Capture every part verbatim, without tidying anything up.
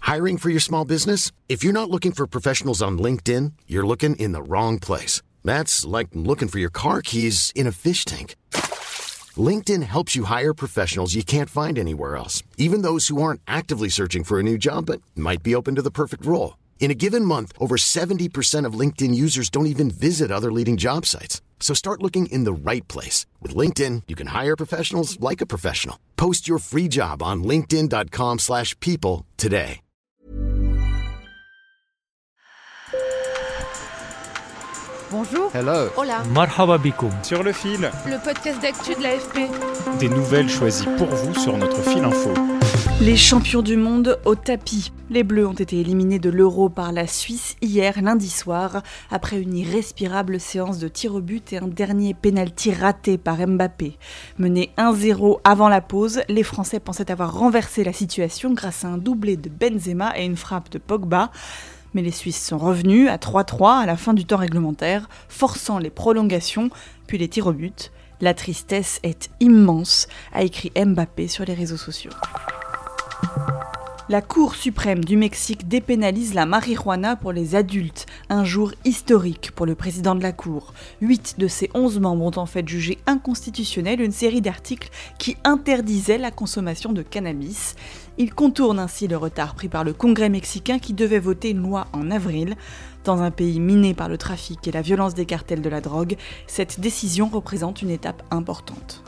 Hiring for your small business? If you're not looking for professionals on LinkedIn, you're looking in the wrong place. That's like looking for your car keys in a fish tank. LinkedIn helps you hire professionals you can't find anywhere else, even those who aren't actively searching for a new job but might be open to the perfect role. In a given month, over seventy percent of LinkedIn users don't even visit other leading job sites. So start looking in the right place. With LinkedIn, you can hire professionals like a professional. Post your free job on linkedin.com slash people today. Bonjour. Hello. Hola. Marhaba bikoum. Sur le fil. Le podcast d'actu de l'A F P. Des nouvelles choisies pour vous sur notre fil info. Les champions du monde au tapis. Les Bleus ont été éliminés de l'Euro par la Suisse hier lundi soir, après une irrespirable séance de tir au but et un dernier pénalty raté par Mbappé. Menés un zéro avant la pause, les Français pensaient avoir renversé la situation grâce à un doublé de Benzema et une frappe de Pogba. Mais les Suisses sont revenus à trois trois à la fin du temps réglementaire, forçant les prolongations, puis les tirs au but. La tristesse est immense, a écrit Mbappé sur les réseaux sociaux. La Cour suprême du Mexique dépénalise la marijuana pour les adultes, un jour historique pour le président de la Cour. Huit de ses onze membres ont en fait jugé inconstitutionnelle une série d'articles qui interdisaient la consommation de cannabis. Il contourne ainsi le retard pris par le Congrès mexicain qui devait voter une loi en avril. Dans un pays miné par le trafic et la violence des cartels de la drogue, cette décision représente une étape importante.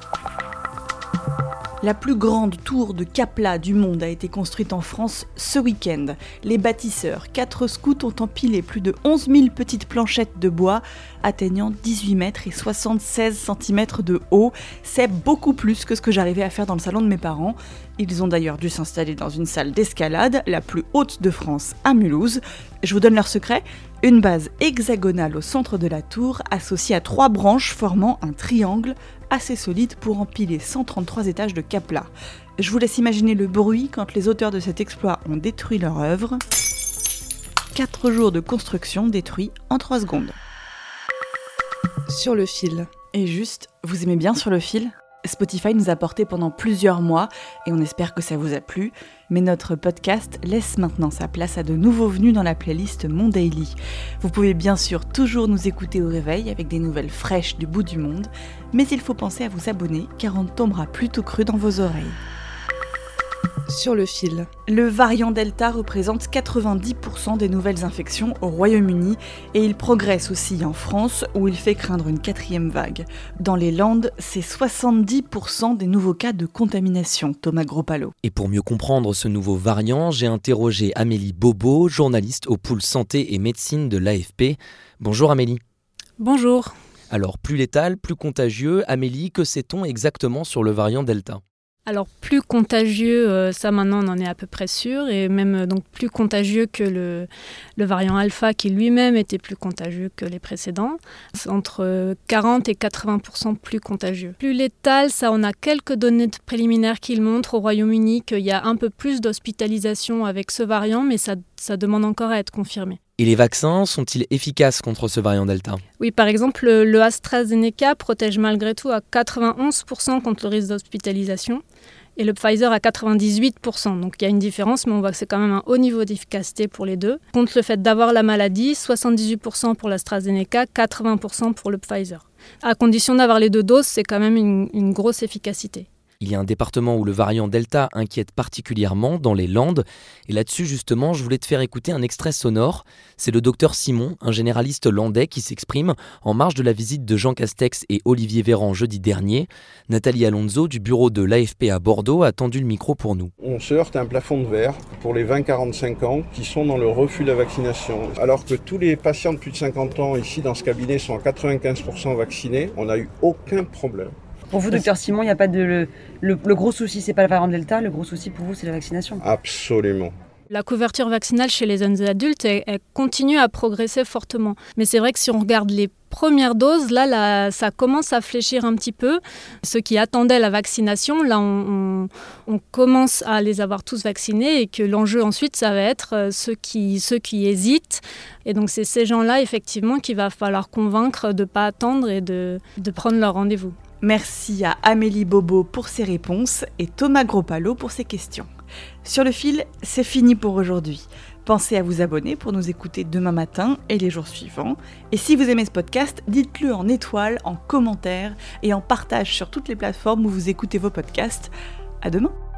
La plus grande tour de Kapla du monde a été construite en France ce week-end. Les bâtisseurs, quatre scouts, ont empilé plus de onze mille petites planchettes de bois atteignant dix-huit mètres et soixante-seize centimètres de haut. C'est beaucoup plus que ce que j'arrivais à faire dans le salon de mes parents. Ils ont d'ailleurs dû s'installer dans une salle d'escalade, la plus haute de France, à Mulhouse. Je vous donne leur secret, une base hexagonale au centre de la tour, associée à trois branches formant un triangle assez solide pour empiler cent trente-trois étages de Kapla. Je vous laisse imaginer le bruit quand les auteurs de cet exploit ont détruit leur œuvre. Quatre jours de construction détruits en trois secondes. Sur le fil. Et juste, vous aimez bien Sur le fil ? Spotify nous a porté pendant plusieurs mois et on espère que ça vous a plu. Mais notre podcast laisse maintenant sa place à de nouveaux venus dans la playlist Mon Daily. Vous pouvez bien sûr toujours nous écouter au réveil avec des nouvelles fraîches du bout du monde, mais il faut penser à vous abonner car on tombera plutôt cru dans vos oreilles. Sur le fil. Le variant Delta représente quatre-vingt-dix pour cent des nouvelles infections au Royaume-Uni et il progresse aussi en France où il fait craindre une quatrième vague. Dans les Landes, c'est soixante-dix pour cent des nouveaux cas de contamination, Thomas Gropalo. Et pour mieux comprendre ce nouveau variant, j'ai interrogé Amélie Bobo, journaliste au pôle santé et médecine de l'A F P. Bonjour Amélie. Bonjour. Alors, plus létal, plus contagieux, Amélie, que sait-on exactement sur le variant Delta ? Alors plus contagieux, euh, ça maintenant on en est à peu près sûr, et même euh, donc plus contagieux que le, le variant Alpha qui lui-même était plus contagieux que les précédents. C'est entre quarante et quatre-vingts pour cent plus contagieux. Plus létal, ça on a quelques données préliminaires qui le montrent au Royaume-Uni qu'il y a un peu plus d'hospitalisation avec ce variant, mais ça, ça demande encore à être confirmé. Et les vaccins sont-ils efficaces contre ce variant Delta ? Oui, par exemple, le, le AstraZeneca protège malgré tout à quatre-vingt-onze pour cent contre le risque d'hospitalisation et le Pfizer à quatre-vingt-dix-huit pour cent. Donc il y a une différence, mais on voit que c'est quand même un haut niveau d'efficacité pour les deux. Contre le fait d'avoir la maladie, soixante-dix-huit pour cent pour l'AstraZeneca, quatre-vingts pour cent pour le Pfizer. À condition d'avoir les deux doses, c'est quand même une, une grosse efficacité. Il y a un département où le variant Delta inquiète particulièrement, dans les Landes. Et là-dessus, justement, je voulais te faire écouter un extrait sonore. C'est le docteur Simon, un généraliste landais, qui s'exprime en marge de la visite de Jean Castex et Olivier Véran jeudi dernier. Nathalie Alonso, du bureau de l'A F P à Bordeaux, a tendu le micro pour nous. On se heurte à un plafond de verre pour les vingt à quarante-cinq ans qui sont dans le refus de la vaccination. Alors que tous les patients de plus de cinquante ans ici dans ce cabinet sont à quatre-vingt-quinze pour cent vaccinés, on n'a eu aucun problème. Pour vous, docteur Simon, il n'y a pas de... Le, le, le gros souci, c'est pas le variant Delta, le gros souci pour vous, c'est la vaccination. Absolument. La couverture vaccinale chez les jeunes adultes, elle, elle continue à progresser fortement. Mais c'est vrai que si on regarde les premières doses, là, là, ça commence à fléchir un petit peu. Ceux qui attendaient la vaccination, là, on, on, on commence à les avoir tous vaccinés et que l'enjeu ensuite, ça va être ceux qui, ceux qui hésitent. Et donc, c'est ces gens-là, effectivement, qu'il va falloir convaincre de ne pas attendre et de, de prendre leur rendez-vous. Merci à Amélie Bobo pour ses réponses et Thomas Gropalo pour ses questions. Sur le fil, c'est fini pour aujourd'hui. Pensez à vous abonner pour nous écouter demain matin et les jours suivants. Et si vous aimez ce podcast, dites-le en étoiles, en commentaires et en partage sur toutes les plateformes où vous écoutez vos podcasts. À demain!